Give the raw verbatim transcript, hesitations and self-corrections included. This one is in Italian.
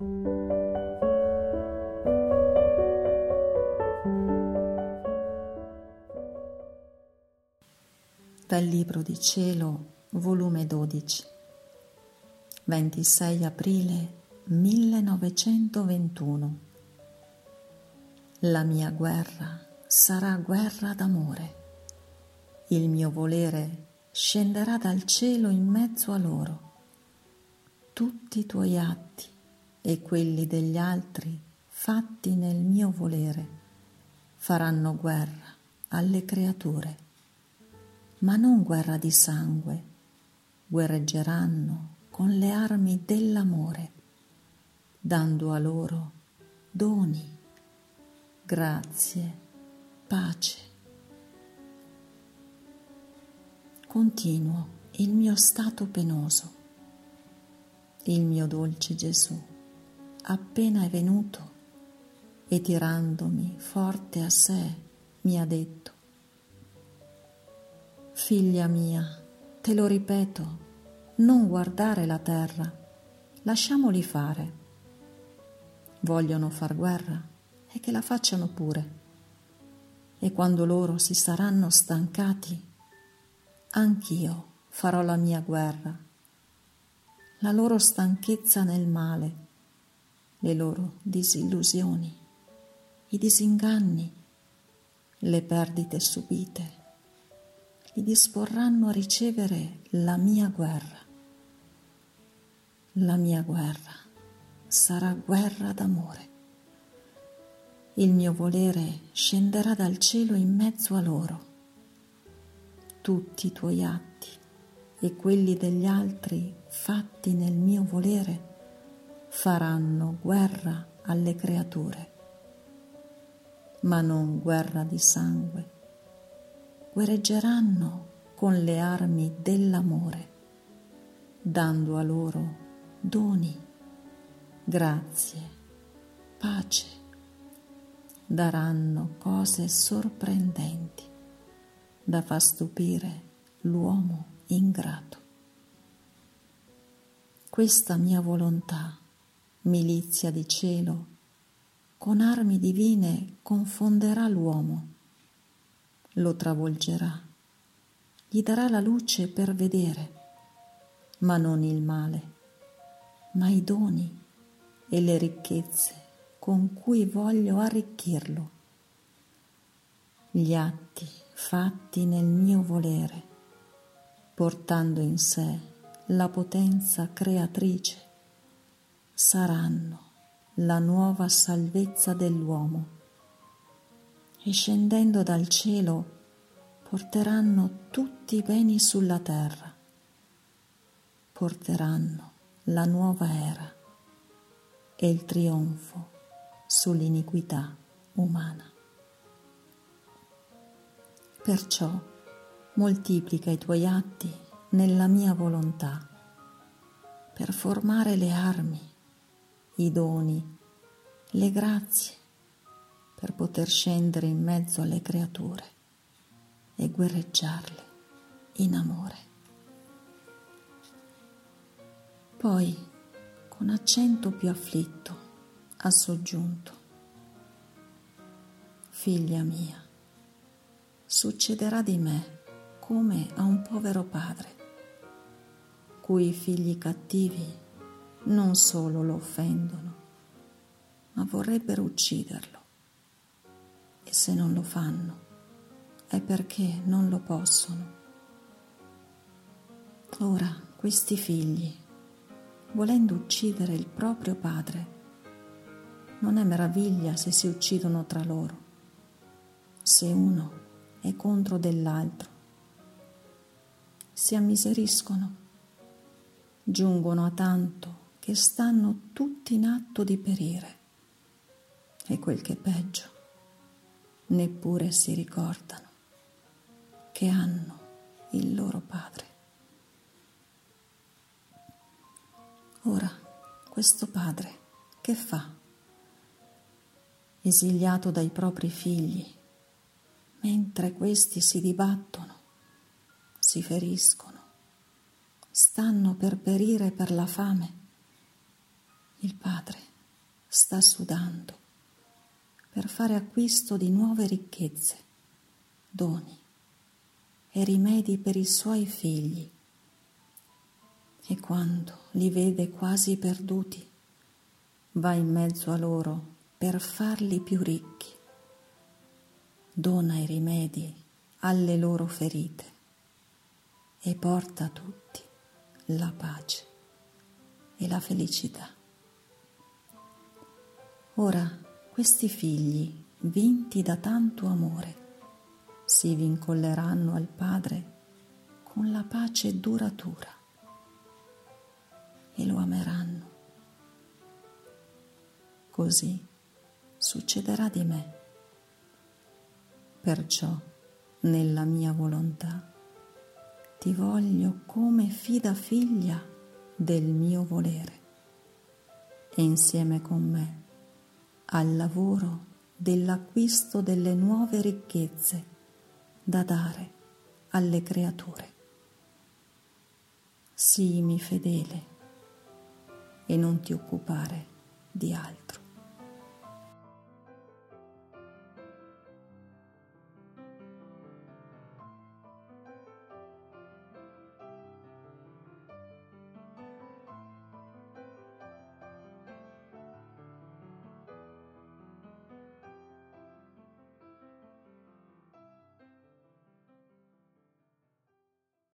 Dal Libro di Cielo, volume dodici, ventisei aprile millenovecentoventuno. La mia guerra sarà guerra d'amore. Il mio volere scenderà dal cielo in mezzo a loro. Tutti i tuoi atti e quelli degli altri fatti nel mio volere faranno guerra alle creature, ma non guerra di sangue, guerreggeranno con le armi dell'amore, dando a loro doni, grazie, pace. Continuo il mio stato penoso. Il mio dolce Gesù appena è venuto e tirandomi forte a sé mi ha detto: figlia mia, te lo ripeto, non guardare la terra, lasciamoli fare. Vogliono far guerra e che la facciano pure. E quando loro si saranno stancati, anch'io farò la mia guerra. La loro stanchezza nel male, le loro disillusioni, i disinganni, le perdite subite, li disporranno a ricevere la mia guerra. La mia guerra sarà guerra d'amore. Il mio volere scenderà dal cielo in mezzo a loro. Tutti i tuoi atti e quelli degli altri fatti nel mio volere faranno guerra alle creature, ma non guerra di sangue. Guerreggeranno con le armi dell'amore, dando a loro doni, grazie, pace. Daranno cose sorprendenti da far stupire l'uomo ingrato. Questa mia volontà, milizia di cielo, con armi divine confonderà l'uomo, lo travolgerà, gli darà la luce per vedere, ma non il male, ma i doni e le ricchezze con cui voglio arricchirlo. Gli atti fatti nel mio volere, portando in sé la potenza creatrice, saranno la nuova salvezza dell'uomo e scendendo dal cielo porteranno tutti i beni sulla terra, porteranno la nuova era e il trionfo sull'iniquità umana. Perciò moltiplica i tuoi atti nella mia volontà per formare le armi, i doni, le grazie per poter scendere in mezzo alle creature e guerreggiarle in amore. Poi, con accento più afflitto, ha soggiunto: figlia mia, succederà di me come a un povero padre, cui i figli cattivi non solo lo offendono, ma vorrebbero ucciderlo. E se non lo fanno, è perché non lo possono. Ora, questi figli, volendo uccidere il proprio padre, non è meraviglia se si uccidono tra loro, se uno è contro dell'altro. Si ammiseriscono, giungono a tanto che stanno tutti in atto di perire. E quel che è peggio, neppure si ricordano che hanno il loro padre. Ora, questo padre che fa? Esiliato dai propri figli, mentre questi si dibattono, si feriscono, stanno per perire per la fame, il padre sta sudando per fare acquisto di nuove ricchezze, doni e rimedi per i suoi figli. E quando li vede quasi perduti, va in mezzo a loro per farli più ricchi, dona i rimedi alle loro ferite e porta a tutti la pace e la felicità. Ora questi figli, vinti da tanto amore, si vincoleranno al Padre con la pace duratura e lo ameranno. Così succederà di me. Perciò, nella mia volontà, ti voglio come fida figlia del mio volere e insieme con me al lavoro dell'acquisto delle nuove ricchezze da dare alle creature. Sii fedele e non ti occupare di altro.